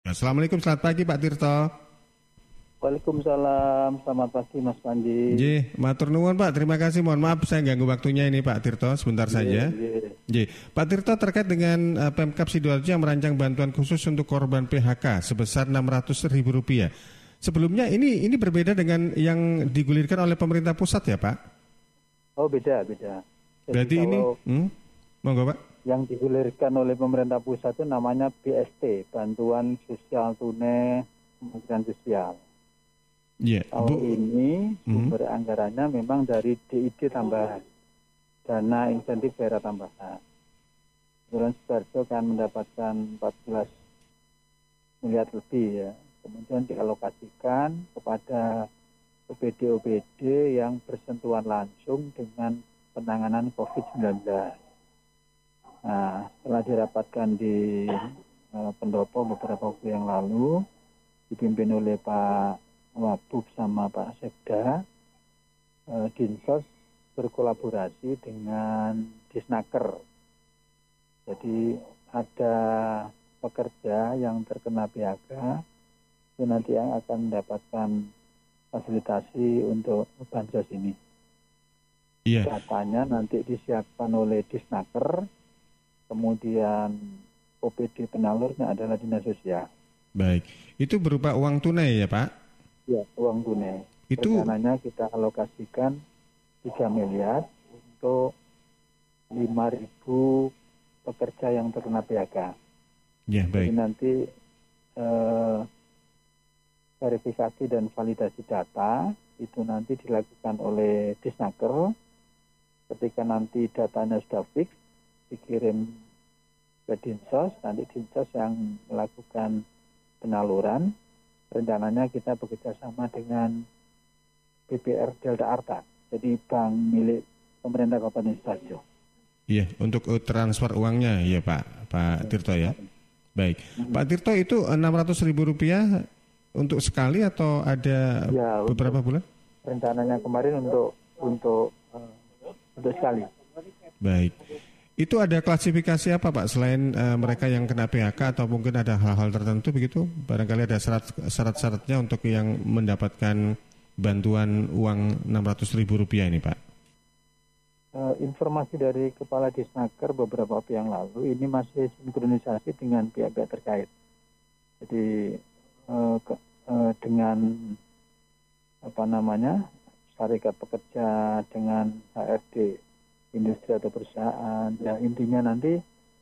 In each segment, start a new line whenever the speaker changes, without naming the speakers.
Assalamualaikum, selamat pagi Pak Tirto.
Waalaikumsalam, selamat pagi Mas Panji.
Nggih, matur nuwun Pak, terima kasih. Mohon maaf saya ganggu waktunya ini Pak Tirto, sebentar saja. Nggih, Pak Tirto terkait dengan Pemkab Sidoarjo yang merancang bantuan khusus untuk korban PHK sebesar Rp600.000. Sebelumnya ini berbeda dengan yang digulirkan oleh pemerintah pusat ya Pak?
Oh beda. Jadi
berarti ini, monggo Pak.
Yang digulirkan oleh pemerintah pusat itu namanya BST, Bantuan Sosial Tunai Kementerian Sosial.
Yeah,
Kalau ini sumber anggarannya memang dari DID tambahan, dana insentif daerah tambahan. Kebetulan Sidoarjo kan mendapatkan 14 miliar lebih ya. Kemudian dialokasikan kepada OPD-OPD yang bersentuhan langsung dengan penanganan COVID-19. Nah, setelah dirapatkan di Pendopo beberapa waktu yang lalu, dipimpin oleh Pak Wabub sama Pak Sekda, Dinsos berkolaborasi dengan Disnaker. Jadi ada pekerja yang terkena PHK, itu nanti yang akan mendapatkan fasilitasi untuk bansos ini.
Iya.
Datanya nanti disiapkan oleh Disnaker, kemudian OPD penalurnya adalah Dinas Sosial.
Baik, itu berupa uang tunai ya Pak?
Ya, uang tunai.
Itu
rencananya kita alokasikan 3 miliar untuk 5.000 pekerja yang terkena PHK.
Ya, baik.
Jadi nanti verifikasi dan validasi data itu nanti dilakukan oleh Disnaker. Ketika nanti datanya sudah fix, dikirim ke Dinsos, nanti Dinsos yang melakukan penaluran. Rencananya kita bekerjasama dengan BPR Delta Arta, jadi bank milik pemerintah Kabupaten Sidoarjo.
Iya, untuk transfer uangnya ya Pak Tirto ya. Baik, Pak Tirto itu Rp600.000 untuk sekali atau ada ya, beberapa bulan?
Rencananya kemarin untuk sekali.
Baik. Itu ada klasifikasi apa Pak selain mereka yang kena PHK atau mungkin ada hal-hal tertentu begitu? Barangkali ada syarat-syaratnya untuk yang mendapatkan bantuan uang Rp600.000 ini Pak?
Informasi dari Kepala Disnaker beberapa waktu yang lalu ini masih sinkronisasi dengan pihak-pihak terkait. Jadi dengan Serikat Pekerja dengan HRD industri atau perusahaan, ya intinya nanti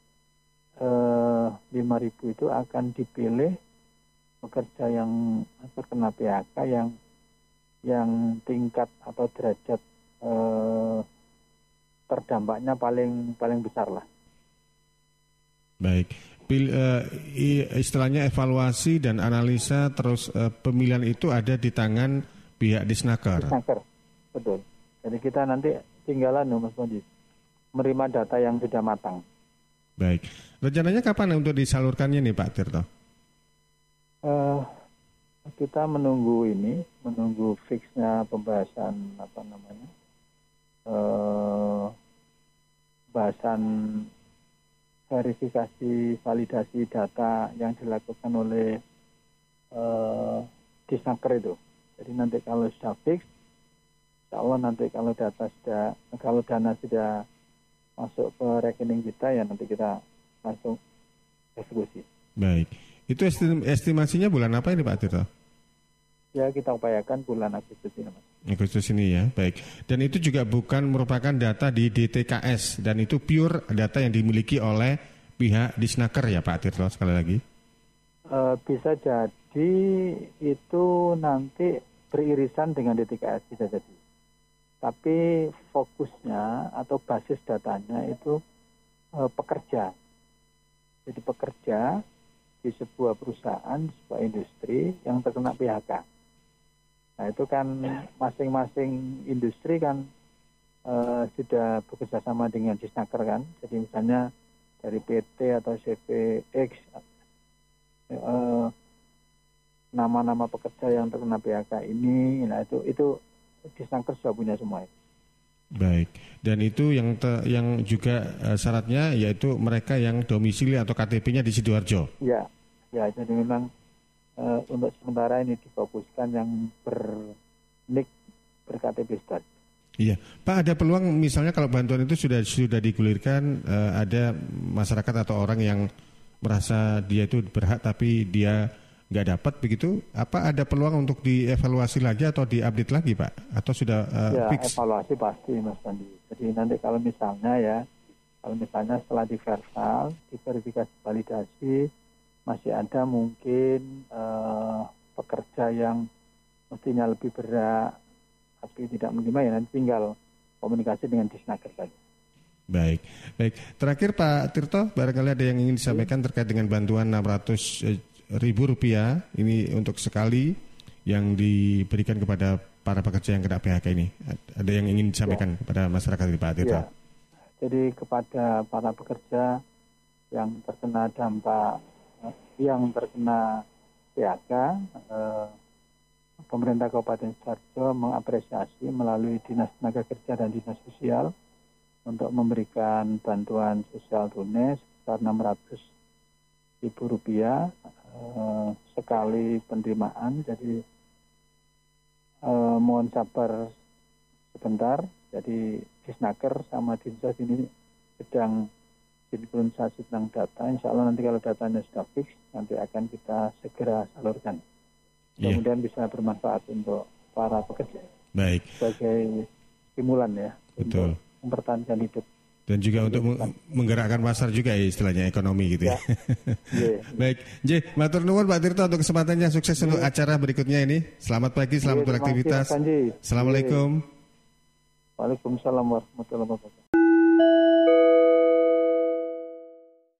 5.000 itu akan dipilih pekerja yang terkena PHK yang tingkat atau derajat terdampaknya paling besar lah.
Baik, istilahnya evaluasi dan analisa terus pemilihan itu ada di tangan pihak Disnaker.
Disnaker, betul. Jadi kita nanti tinggalan Mas Panji, menerima data yang sudah matang.
Baik, rencananya kapan untuk disalurkannya nih Pak Tirto?
Kita menunggu fixnya pembahasan bahasan verifikasi validasi data yang dilakukan oleh Disnaker itu. Jadi nanti kalau sudah fix, insya Allah nanti kalau dana sudah masuk ke rekening kita ya nanti kita langsung eksekusi.
Baik, itu estimasinya bulan apa ini Pak Tirto?
Ya kita upayakan bulan Agustus ini Mas.
Agustus ini ya, baik. Dan itu juga bukan merupakan data di DTKS dan itu pure data yang dimiliki oleh pihak Disnaker ya Pak Tirto sekali lagi?
Bisa jadi itu nanti beririsan dengan DTKS bisa jadi. Tapi fokusnya atau basis datanya itu pekerja. Jadi pekerja di sebuah perusahaan, di sebuah industri yang terkena PHK. Nah itu kan masing-masing industri kan sudah bekerja sama dengan Disnaker kan. Jadi misalnya dari PT atau CPX, nama-nama pekerja yang terkena PHK ini, nah itu Disnaker sudah punya semua.
Baik, dan itu yang juga syaratnya yaitu mereka yang domisili atau KTP-nya di Sidoarjo.
Ya, Ya, jadi memang untuk sementara ini difokuskan yang berNIK berKTP Start.
Iya, Pak, ada peluang misalnya kalau bantuan itu sudah digulirkan, ada masyarakat atau orang yang merasa dia itu berhak tapi dia nggak dapat begitu, apa ada peluang untuk dievaluasi lagi atau diupdate lagi, Pak? Atau sudah fix?
Evaluasi pasti, Mas Andi. Jadi nanti kalau misalnya setelah diverifikasi validasi, masih ada mungkin pekerja yang mestinya lebih berat tapi tidak menerima, ya nanti tinggal komunikasi dengan Disnaker saja.
Baik. Terakhir Pak Tirto, barangkali ada yang ingin disampaikan terkait dengan bantuan Rp600.000 ini untuk sekali yang diberikan kepada para pekerja yang kena PHK ini. Ada yang ingin disampaikan kepada masyarakat ini, Pak Tirto?
Ya. Jadi kepada para pekerja yang terkena dampak, yang terkena PHK, pemerintah Kabupaten Sidoarjo mengapresiasi melalui Dinas Tenaga Kerja dan Dinas Sosial untuk memberikan bantuan sosial tunai sebesar Rp600.000 sekali penerimaan. Jadi mohon sabar sebentar. Jadi Disnaker sama Dinsos ini sedang sinkronisasi tentang data. Insya Allah nanti kalau datanya sudah fix, nanti akan kita segera salurkan. Kemudian bisa bermanfaat untuk para pekerja.
Baik.
Sebagai stimulan ya.
Betul.
Untuk mempertahankan hidup.
Dan juga untuk menggerakkan pasar juga ya, istilahnya ekonomi gitu ya. Baik. Matur nuwun Pak Tirto untuk kesempatannya, sukses untuk acara berikutnya ini. Selamat pagi, selamat beraktivitas. Assalamualaikum.
Waalaikumsalam warahmatullahi wabarakatuh.